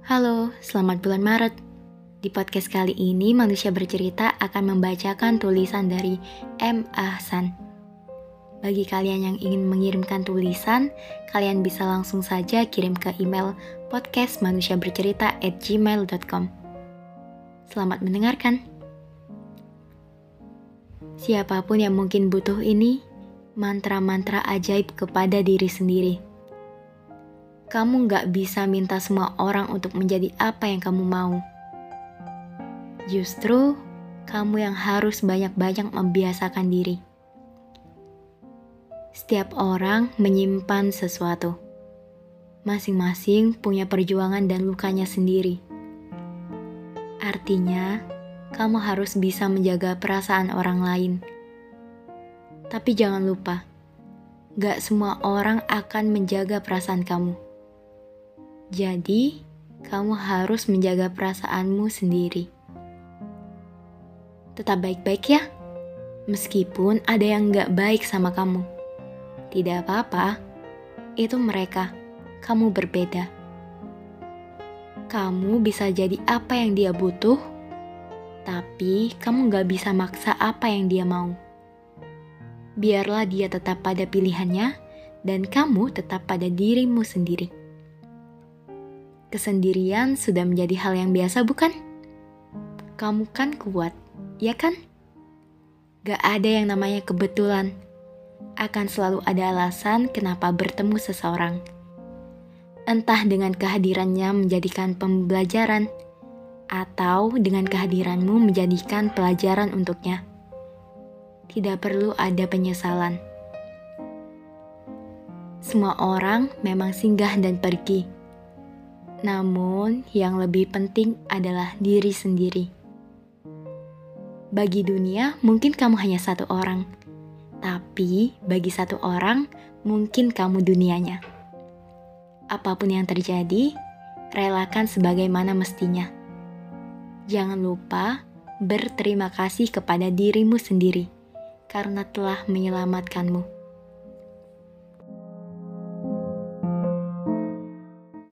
Halo, selamat bulan Maret. Di podcast kali ini, Manusia Bercerita akan membacakan tulisan dari M. Ahsan. Bagi kalian yang ingin mengirimkan tulisan, kalian bisa langsung saja kirim ke email podcastmanusiabercerita@gmail.com. Selamat mendengarkan. Siapapun yang mungkin butuh ini, mantra-mantra ajaib kepada diri sendiri. Kamu gak bisa minta semua orang untuk menjadi apa yang kamu mau. Justru, kamu yang harus banyak-banyak membiasakan diri. Setiap orang menyimpan sesuatu. Masing-masing punya perjuangan dan lukanya sendiri. Artinya, kamu harus bisa menjaga perasaan orang lain. Tapi jangan lupa, gak semua orang akan menjaga perasaan kamu. Jadi, kamu harus menjaga perasaanmu sendiri. Tetap baik-baik ya, meskipun ada yang gak baik sama kamu. Tidak apa-apa, itu mereka, kamu berbeda. Kamu bisa jadi apa yang dia butuh, tapi kamu gak bisa maksa apa yang dia mau. Biarlah dia tetap pada pilihannya, dan kamu tetap pada dirimu sendiri. Kesendirian sudah menjadi hal yang biasa, bukan? Kamu kan kuat, ya kan? Gak ada yang namanya kebetulan. Akan selalu ada alasan kenapa bertemu seseorang. Entah dengan kehadirannya menjadikan pembelajaran, atau dengan kehadiranmu menjadikan pelajaran untuknya. Tidak perlu ada penyesalan. Semua orang memang singgah dan pergi. Namun, yang lebih penting adalah diri sendiri. Bagi dunia, mungkin kamu hanya satu orang. Tapi, bagi satu orang, mungkin kamu dunianya. Apapun yang terjadi, relakan sebagaimana mestinya. Jangan lupa berterima kasih kepada dirimu sendiri, karena telah menyelamatkanmu.